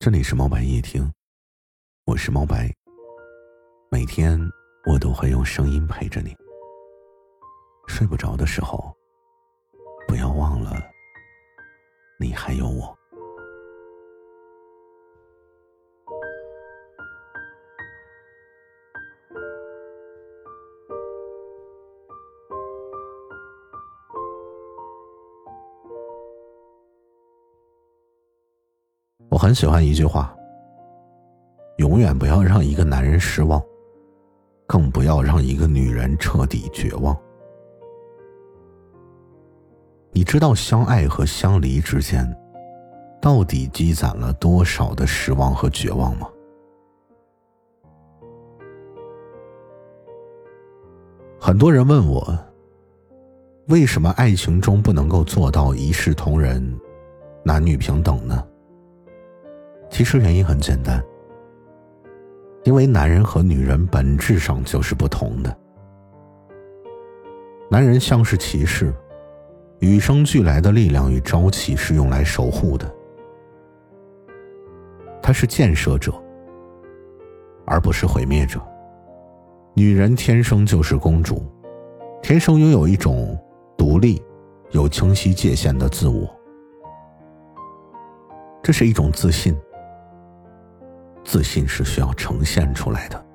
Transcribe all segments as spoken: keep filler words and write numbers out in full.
这里是猫白夜听，我是猫白，每天我都会用声音陪着你。睡不着的时候，不要忘了，你还有我。我很喜欢一句话，永远不要让一个男人失望，更不要让一个女人彻底绝望。你知道相爱和相离之间到底积攒了多少的失望和绝望吗？很多人问我，为什么爱情中不能够做到一视同仁，男女平等呢？其实原因很简单，因为男人和女人本质上就是不同的。男人像是骑士，与生俱来的力量与朝气是用来守护的，他是建设者，而不是毁灭者。女人天生就是公主，天生拥有一种独立、有清晰界限的自我，这是一种自信。自信是需要呈现出来的。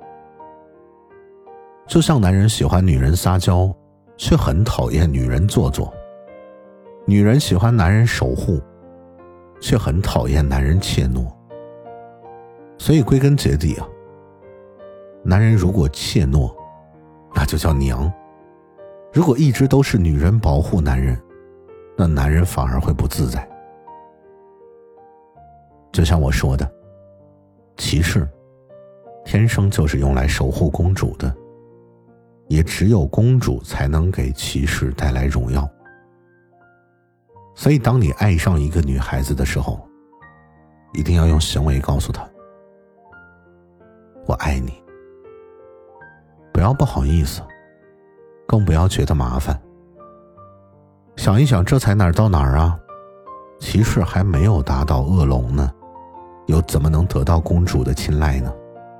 就像男人喜欢女人撒娇，却很讨厌女人做作；女人喜欢男人守护，却很讨厌男人怯懦。所以归根结底啊，男人如果怯懦，那就叫娘；如果一直都是女人保护男人，那男人反而会不自在。就像我说的，骑士天生就是用来守护公主的，也只有公主才能给骑士带来荣耀。所以当你爱上一个女孩子的时候，一定要用行为告诉她，我爱你。不要不好意思，更不要觉得麻烦。想一想，这才哪儿到哪儿啊？骑士还没有达到恶龙呢，又怎么能得到公主的青睐呢？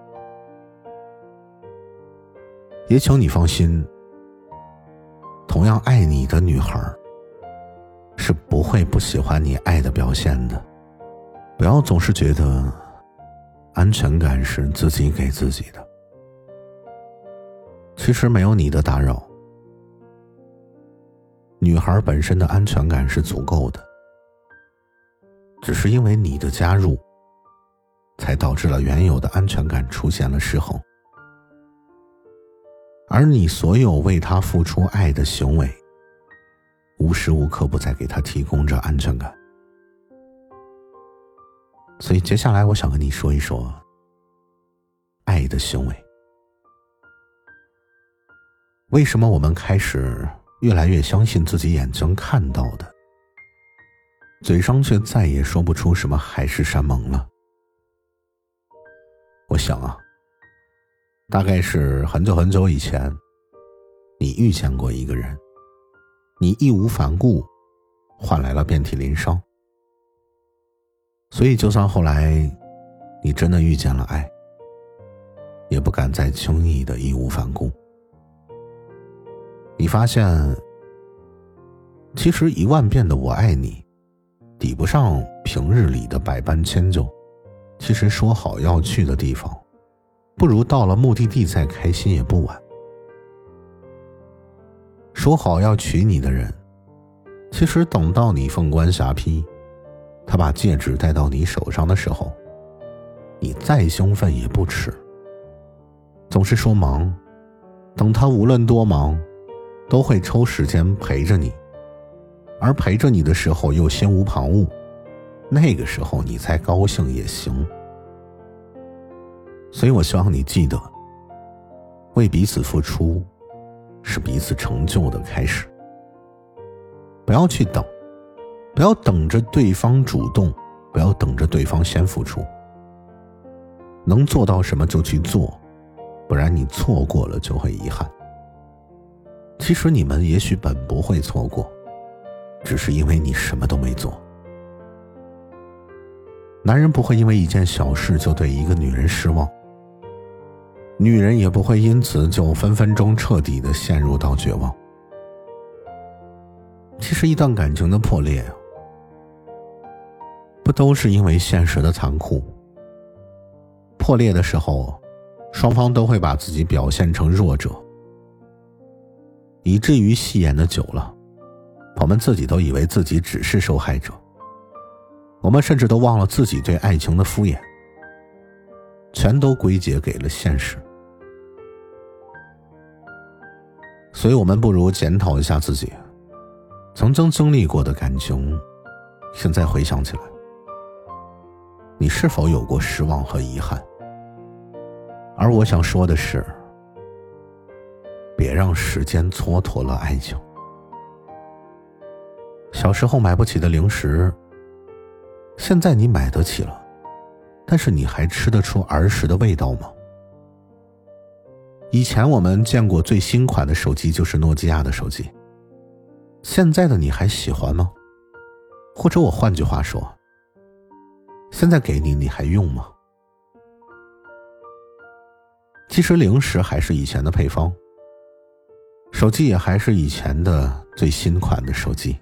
也请你放心，同样爱你的女孩是不会不喜欢你爱的表现的。不要总是觉得安全感是自己给自己的，其实没有你的打扰，女孩本身的安全感是足够的，只是因为你的加入才导致了原有的安全感出现了失衡。而你所有为他付出爱的行为，无时无刻不在给他提供着安全感。所以接下来我想跟你说一说爱的行为。为什么我们开始越来越相信自己眼睛看到的，嘴上却再也说不出什么海誓山盟了？我想啊，大概是很久很久以前，你遇见过一个人，你义无反顾换来了遍体鳞伤。所以就算后来你真的遇见了爱，也不敢再轻易的义无反顾。你发现其实一万遍的我爱你抵不上平日里的百般迁就。其实说好要去的地方，不如到了目的地再开心也不晚。说好要娶你的人，其实等到你凤冠霞帔，他把戒指戴到你手上的时候，你再兴奋也不迟。总是说忙，等他无论多忙，都会抽时间陪着你，而陪着你的时候又心无旁骛，那个时候你才高兴也行。所以我希望你记得，为彼此付出是彼此成就的开始。不要去等，不要等着对方主动，不要等着对方先付出。能做到什么就去做，不然你错过了就会遗憾。其实你们也许本不会错过，只是因为你什么都没做。 男人不会因为一件小事就对一个女人失望，女人也不会因此就分分钟彻底的陷入到绝望。其实一段感情的破裂啊，不都是因为现实的残酷？破裂的时候，双方都会把自己表现成弱者，以至于戏演的久了，我们自己都以为自己只是受害者，我们甚至都忘了自己对爱情的敷衍，全都归结给了现实。所以我们不如检讨一下自己曾经经历过的感情，现在回想起来，你是否有过失望和遗憾？而我想说的是，别让时间蹉跎了爱情。小时候买不起的零食，现在你买得起了，但是你还吃得出儿时的味道吗？以前我们见过最新款的手机就是诺基亚的手机，现在的你还喜欢吗？或者我换句话说，现在给你你还用吗？其实零食还是以前的配方，手机也还是以前的最新款的手机，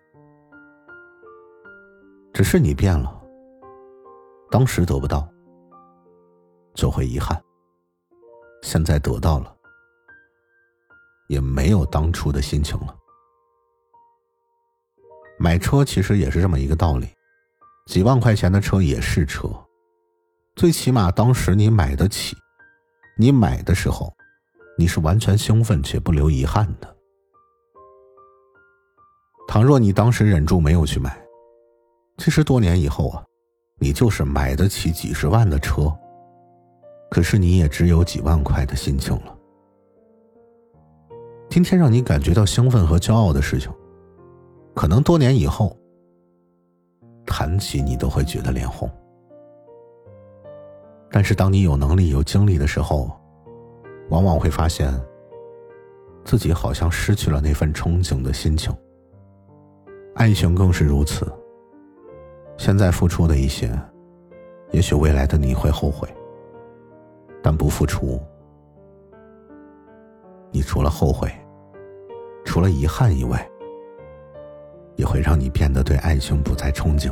只是你变了，当时得不到就会遗憾，现在得到了也没有当初的心情了。买车其实也是这么一个道理，几万块钱的车也是车，最起码当时你买得起，你买的时候你是完全兴奋且不留遗憾的。倘若你当时忍住没有去买，其实多年以后啊，你就是买得起几十万的车，可是你也只有几万块的心情了。今天让你感觉到兴奋和骄傲的事情，可能多年以后谈起你都会觉得脸红。但是当你有能力有精力的时候，往往会发现自己好像失去了那份憧憬的心情。爱情更是如此，现在付出的一些，也许未来的你会后悔，但不付出，你除了后悔，除了遗憾以外，也会让你变得对爱情不再憧憬。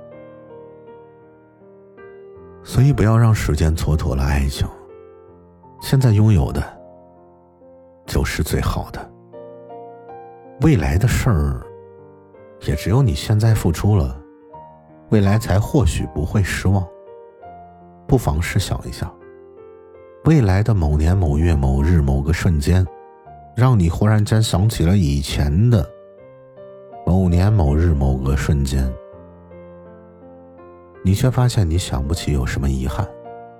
所以不要让时间蹉跎了爱情，现在拥有的就是最好的，未来的事儿也只有你现在付出了，未来才或许不会失望。不妨试想一下，未来的某年某月某日某个瞬间，让你忽然间想起了以前的某年某日某个瞬间，你却发现你想不起有什么遗憾。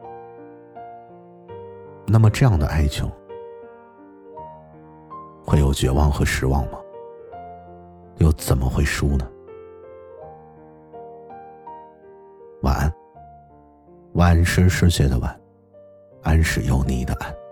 那么这样的爱情会有绝望和失望吗？又怎么会输呢？晚安。晚是世界的晚，安是有你的安。